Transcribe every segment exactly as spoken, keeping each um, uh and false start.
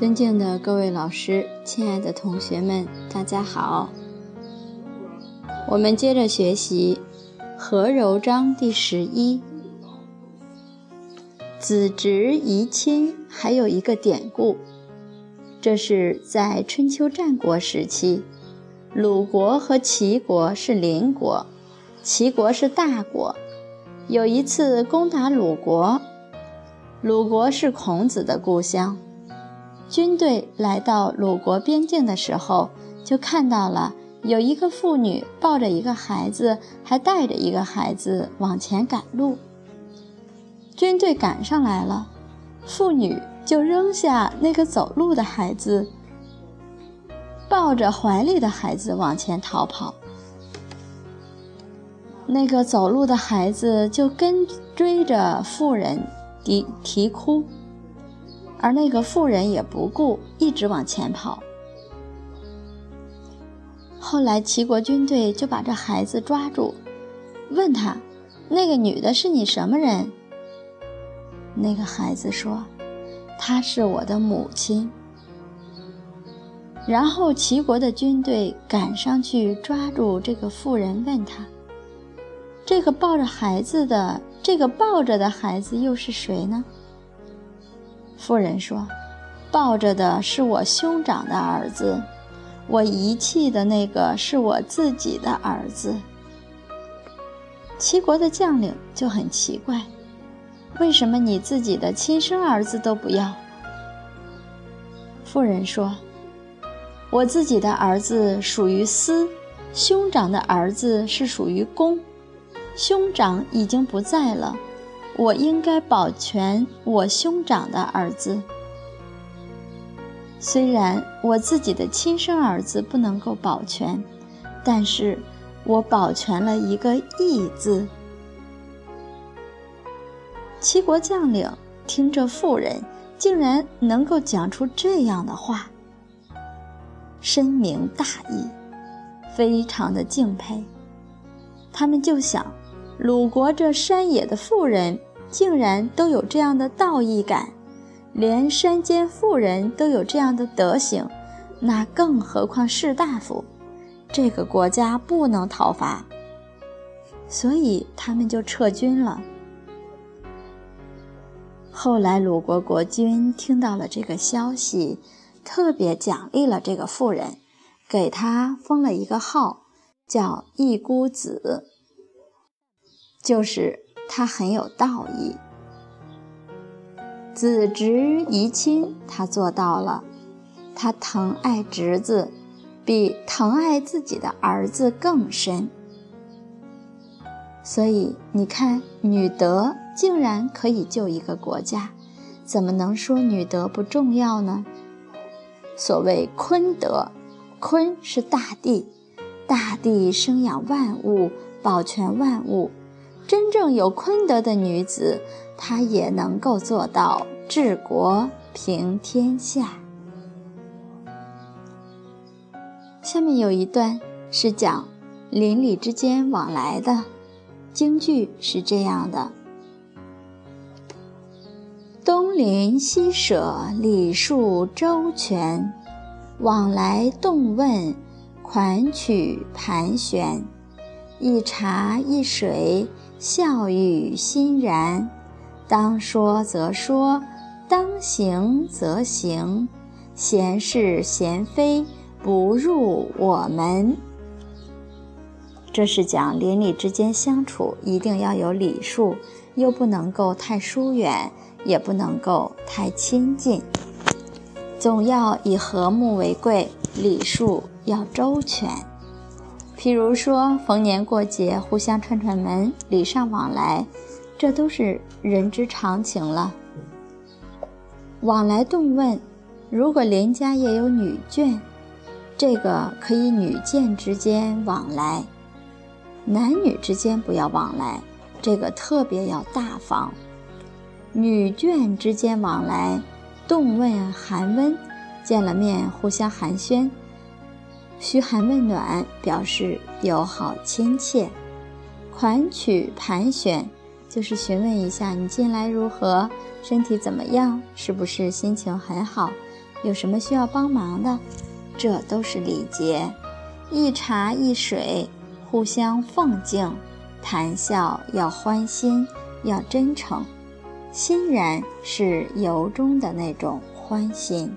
尊敬的各位老师，亲爱的同学们，大家好。我们接着学习和柔章第十一。子侄夷亲还有一个典故，这是在春秋战国时期，鲁国和齐国是邻国，齐国是大国。有一次攻打鲁国，鲁国是孔子的故乡，军队来到鲁国边境的时候，就看到了有一个妇女抱着一个孩子，还带着一个孩子往前赶路。军队赶上来了，妇女就扔下那个走路的孩子，抱着怀里的孩子往前逃跑。那个走路的孩子就跟追着妇人啼啼哭，而那个妇人也不顾，一直往前跑。后来齐国军队就把这孩子抓住，问他，那个女的是你什么人？那个孩子说，她是我的母亲。然后齐国的军队赶上去抓住这个妇人，问他，这个抱着孩子的这个抱着的孩子又是谁呢？妇人说，抱着的是我兄长的儿子，我遗弃的那个是我自己的儿子。齐国的将领就很奇怪，为什么你自己的亲生儿子都不要？妇人说，我自己的儿子属于私，兄长的儿子是属于公，兄长已经不在了，我应该保全我兄长的儿子。虽然我自己的亲生儿子不能够保全，但是我保全了一个义字。齐国将领听着妇人竟然能够讲出这样的话，深明大义，非常的敬佩。他们就想，鲁国这山野的妇人竟然都有这样的道义感，连山间妇人都有这样的德行，那更何况士大夫，这个国家不能讨伐，所以他们就撤军了。后来鲁国国君听到了这个消息，特别奖励了这个妇人，给她封了一个号，叫义姑子，就是她很有道义。子侄夷亲，他做到了，他疼爱侄子，比疼爱自己的儿子更深。所以你看，女德竟然可以救一个国家，怎么能说女德不重要呢？所谓坤德，坤是大地，大地生养万物，保全万物，真正有坤德的女子，她也能够做到治国平天下。下面有一段是讲邻里之间往来的，京剧是这样的，东邻西舍，礼数周全，往来动问，款曲盘旋，一茶一水，笑语欣然，当说则说，当行则行，闲是闲非，不入我门。这是讲邻里之间相处一定要有礼数，又不能够太疏远，也不能够太亲近，总要以和睦为贵，礼数要周全。譬如说逢年过节互相串串门，礼尚往来，这都是人之常情了。往来动问，如果邻家也有女眷，这个可以女眷之间往来，男女之间不要往来，这个特别要大方。女眷之间往来，动问寒温，见了面互相寒暄，嘘寒问暖，表示友好亲切。款曲盘旋，就是询问一下你近来如何，身体怎么样，是不是心情很好， 有什么需要帮忙的，这都是礼节。一茶一水，互相奉敬，谈笑要欢心，要真诚，欣然是由衷的那种欢心。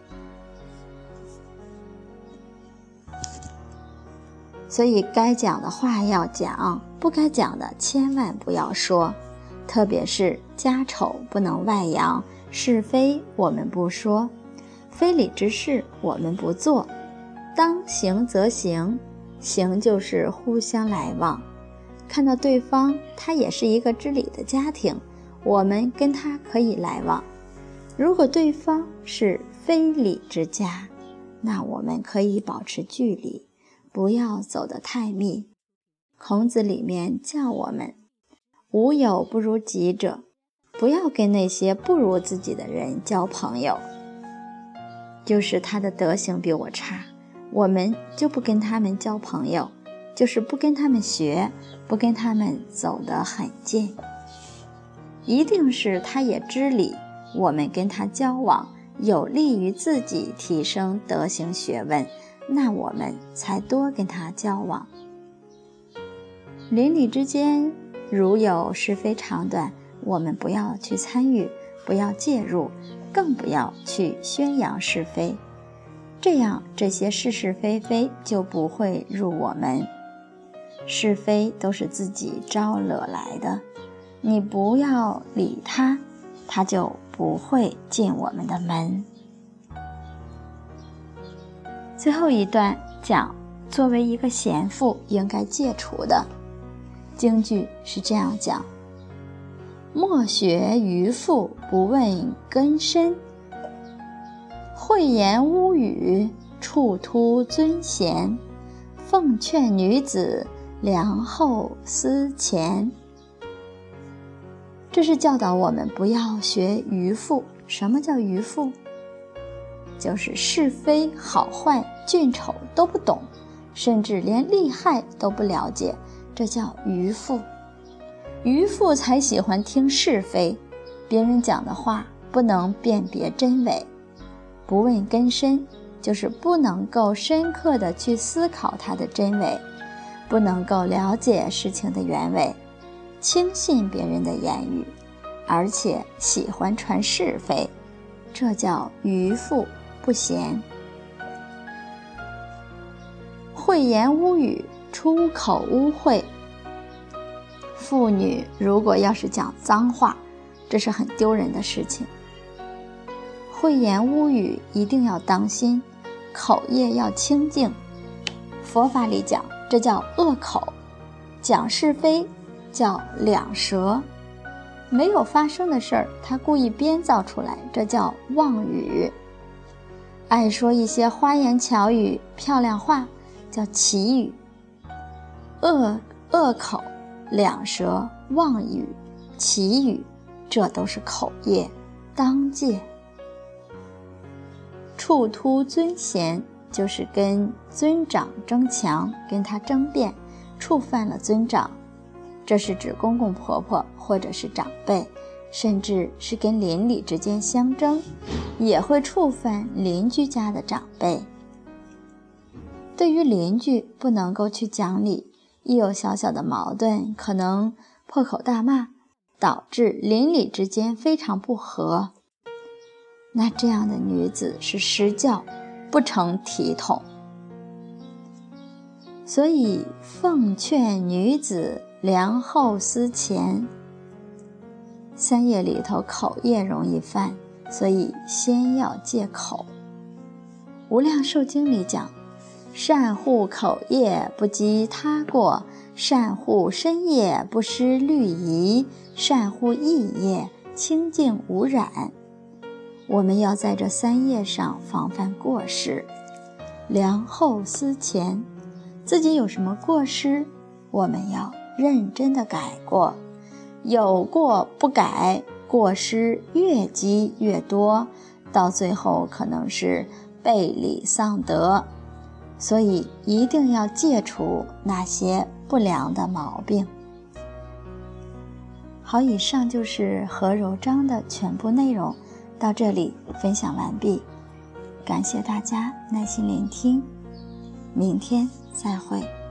所以该讲的话要讲，不该讲的千万不要说，特别是家丑不能外扬，是非我们不说，非礼之事我们不做，当行则行，行就是互相来往，看到对方他也是一个知礼的家庭，我们跟他可以来往。如果对方是非礼之家，那我们可以保持距离，不要走得太密。孔子里面叫我们无友不如己者，不要跟那些不如自己的人交朋友，就是他的德行比我差，我们就不跟他们交朋友，就是不跟他们学，不跟他们走得很近。一定是他也知礼，我们跟他交往有利于自己提升德行学问，那我们才多跟他交往。邻里之间如有是非长短，我们不要去参与，不要介入，更不要去宣扬是非，这样这些是是非非就不会入我门。是非都是自己招惹来的，你不要理他，他就不会进我们的门。最后一段讲作为一个贤妇应该戒除的，京剧是这样讲：莫学渔父不问根深，讳言污语，处突尊贤，奉劝女子良后思前。这是教导我们不要学渔父。什么叫渔父？就是是非好坏俊丑都不懂，甚至连利害都不了解，这叫渔父。渔父才喜欢听是非，别人讲的话不能辨别真伪，不问根深，就是不能够深刻的去思考它的真伪，不能够了解事情的原委，轻信别人的言语，而且喜欢传是非，这叫渔父不贤。讳言污语，出口污秽。妇女如果要是讲脏话，这是很丢人的事情。讳言污语一定要当心，口业要清净。佛法里讲，这叫恶口，讲是非叫两舌，没有发生的事儿他故意编造出来，这叫妄语。爱说一些花言巧语漂亮话叫绮语。恶恶口、两舌、妄语、绮语，这都是口业，当戒。处突尊贤，就是跟尊长争强，跟他争辩，触犯了尊长，这是指公公婆婆或者是长辈，甚至是跟邻里之间相争，也会触犯邻居家的长辈。对于邻居不能够去讲理，一有小小的矛盾，可能破口大骂，导致邻里之间非常不和，那这样的女子是失教，不成体统。所以奉劝女子良后思前。三业里头口业容易犯，所以先要戒口。无量寿经里讲，善护口业不积他过，善护身业不失律仪，善护意业清净无染。我们要在这三业上防范过失，良后思前，自己有什么过失，我们要认真的改过，有过不改，过失越积越多，到最后可能是背礼丧德。所以一定要戒除那些不良的毛病。好，以上就是何柔章的全部内容，到这里分享完毕。 感谢大家耐心聆听，明天再会。